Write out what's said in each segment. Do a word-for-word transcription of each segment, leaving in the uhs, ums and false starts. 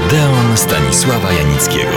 Odeon Stanisława Janickiego.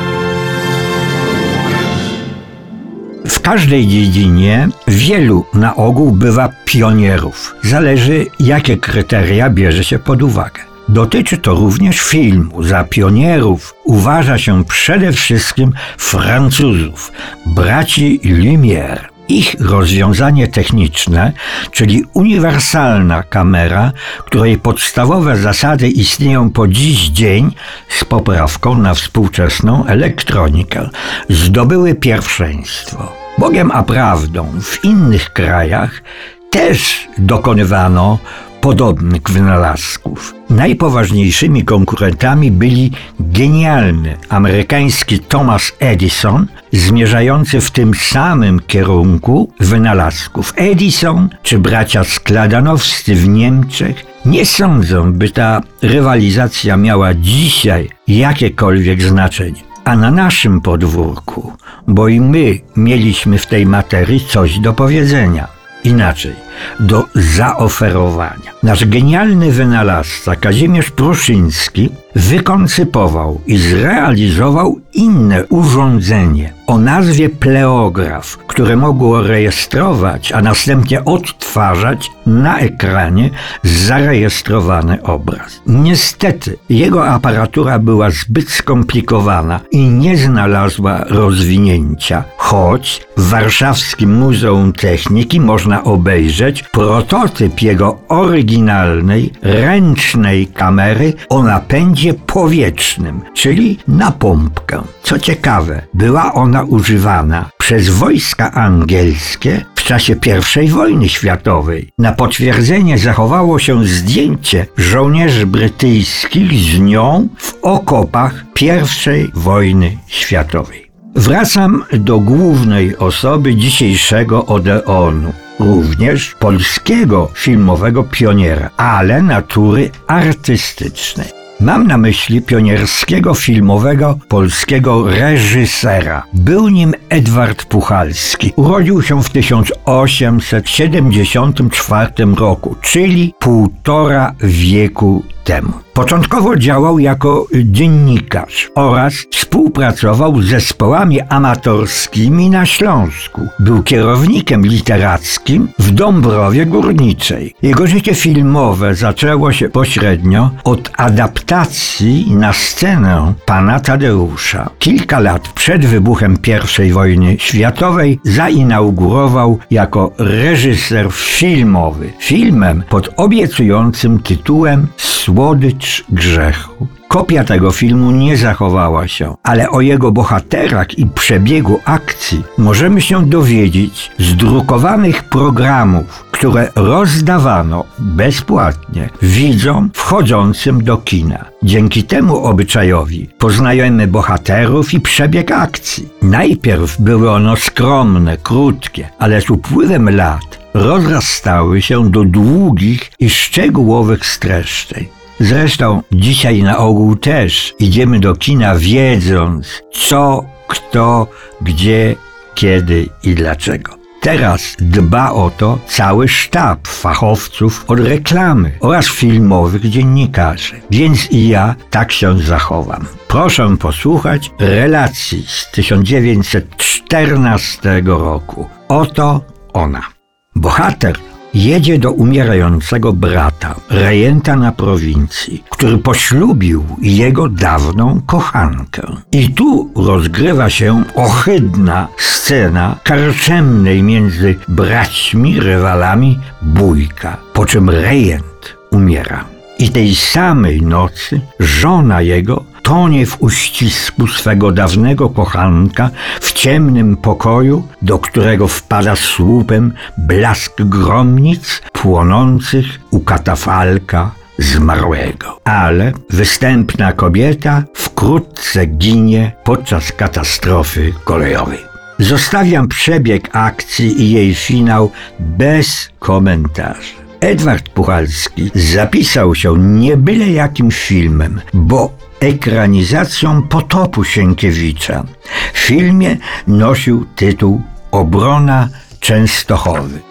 W każdej dziedzinie wielu na ogół bywa pionierów. Zależy, jakie kryteria bierze się pod uwagę. Dotyczy to również filmu. Za pionierów uważa się przede wszystkim Francuzów, braci Lumière. Ich rozwiązanie techniczne, czyli uniwersalna kamera, której podstawowe zasady istnieją po dziś dzień z poprawką na współczesną elektronikę, zdobyły pierwszeństwo. Bogiem a prawdą w innych krajach też dokonywano podobnych wynalazków. Najpoważniejszymi konkurentami byli genialny amerykański Thomas Edison, zmierzający w tym samym kierunku wynalazków. Edison czy bracia Skladanowscy w Niemczech. Nie sądzę, by ta rywalizacja miała dzisiaj jakiekolwiek znaczenie. A na naszym podwórku, bo i my mieliśmy w tej materii coś do powiedzenia. Inaczej, do zaoferowania. Nasz genialny wynalazca Kazimierz Pruszyński wykoncypował i zrealizował inne urządzenie o nazwie pleograf, które mogło rejestrować, a następnie odtwarzać na ekranie zarejestrowany obraz. Niestety, jego aparatura była zbyt skomplikowana i nie znalazła rozwinięcia, choć w Warszawskim Muzeum Techniki można obejrzeć prototyp jego oryginalnej, ręcznej kamery o napędzie powietrznym, czyli na pompkę. Co ciekawe, była ona używana przez wojska angielskie w czasie pierwszej wojny światowej. Na potwierdzenie zachowało się zdjęcie żołnierzy brytyjskich z nią w okopach pierwszej wojny światowej. Wracam do głównej osoby dzisiejszego Odeonu, również polskiego filmowego pioniera, ale natury artystycznej. Mam na myśli pionierskiego filmowego polskiego reżysera. Był nim Edward Puchalski. Urodził się w tysiąc osiemset siedemdziesiątym czwartym roku, czyli półtora wieku temu. Początkowo działał jako dziennikarz oraz współpracował z zespołami amatorskimi na Śląsku. Był kierownikiem literackim w Dąbrowie Górniczej. Jego życie filmowe zaczęło się pośrednio od adaptacji na scenę Pana Tadeusza. Kilka lat przed wybuchem pierwszej wojny światowej zainaugurował jako reżyser filmowy. Filmem pod obiecującym tytułem Słodycz grzechu. Kopia tego filmu nie zachowała się, ale o jego bohaterach i przebiegu akcji możemy się dowiedzieć z drukowanych programów, które rozdawano bezpłatnie widzom wchodzącym do kina. Dzięki temu obyczajowi poznajemy bohaterów i przebieg akcji. Najpierw były one skromne, krótkie, ale z upływem lat rozrastały się do długich i szczegółowych streszczeń. Zresztą dzisiaj na ogół też idziemy do kina wiedząc co, kto, gdzie, kiedy i dlaczego. Teraz dba o to cały sztab fachowców od reklamy oraz filmowych dziennikarzy. Więc i ja tak się zachowam. Proszę posłuchać relacji z tysiąc dziewięćset czternastego roku. Oto ona. Bohater jedzie do umierającego brata, rejenta na prowincji, który poślubił jego dawną kochankę. I tu rozgrywa się ohydna scena karczemnej między braćmi, rywalami bójka, po czym rejent umiera. I tej samej nocy żona jego tonie w uścisku swego dawnego kochanka w ciemnym pokoju, do którego wpada słupem blask gromnic płonących u katafalka zmarłego. Ale występna kobieta wkrótce ginie podczas katastrofy kolejowej. Zostawiam przebieg akcji i jej finał bez komentarzy. Edward Puchalski zapisał się nie byle jakim filmem, bo ekranizacją Potopu Sienkiewicza. W filmie nosił tytuł Obrona Częstochowy.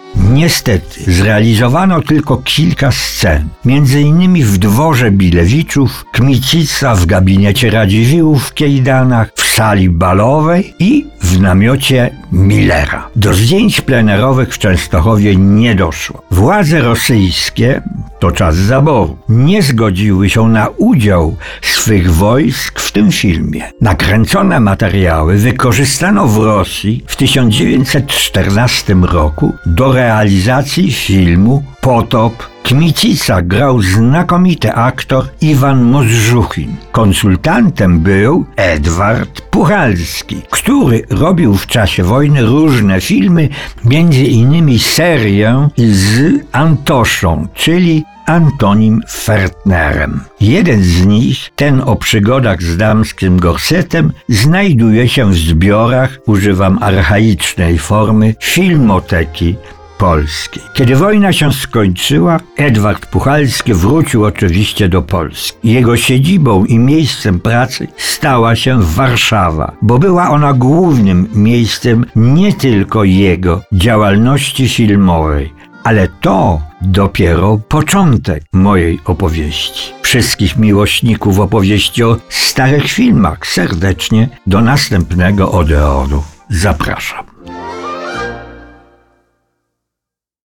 Niestety, zrealizowano tylko kilka scen, między innymi w dworze Bilewiczów, Kmicica w gabinecie Radziwiłłów w Kiejdanach, w sali balowej i w namiocie Millera. Do zdjęć plenerowych w Częstochowie nie doszło. Władze rosyjskie, to czas zaboru, nie zgodziły się na udział swych wojsk w tym filmie. Nakręcone materiały wykorzystano w Rosji w tysiąc dziewięćset czternastym roku do realizacji filmu Potop. Kmicica grał znakomity aktor Iwan Możdżuchin. Konsultantem był Edward Puchalski, który robił w czasie wojny różne filmy, między innymi serię z Antoszą, czyli Antonim Fertnerem. Jeden z nich, ten o przygodach z damskim gorsetem, znajduje się w zbiorach, używam archaicznej formy, Filmoteki Polskiej. Kiedy wojna się skończyła, Edward Puchalski wrócił oczywiście do Polski. Jego siedzibą i miejscem pracy stała się Warszawa, bo była ona głównym miejscem nie tylko jego działalności filmowej, ale to dopiero początek mojej opowieści. Wszystkich miłośników opowieści o starych filmach serdecznie do następnego Odeonu zapraszam.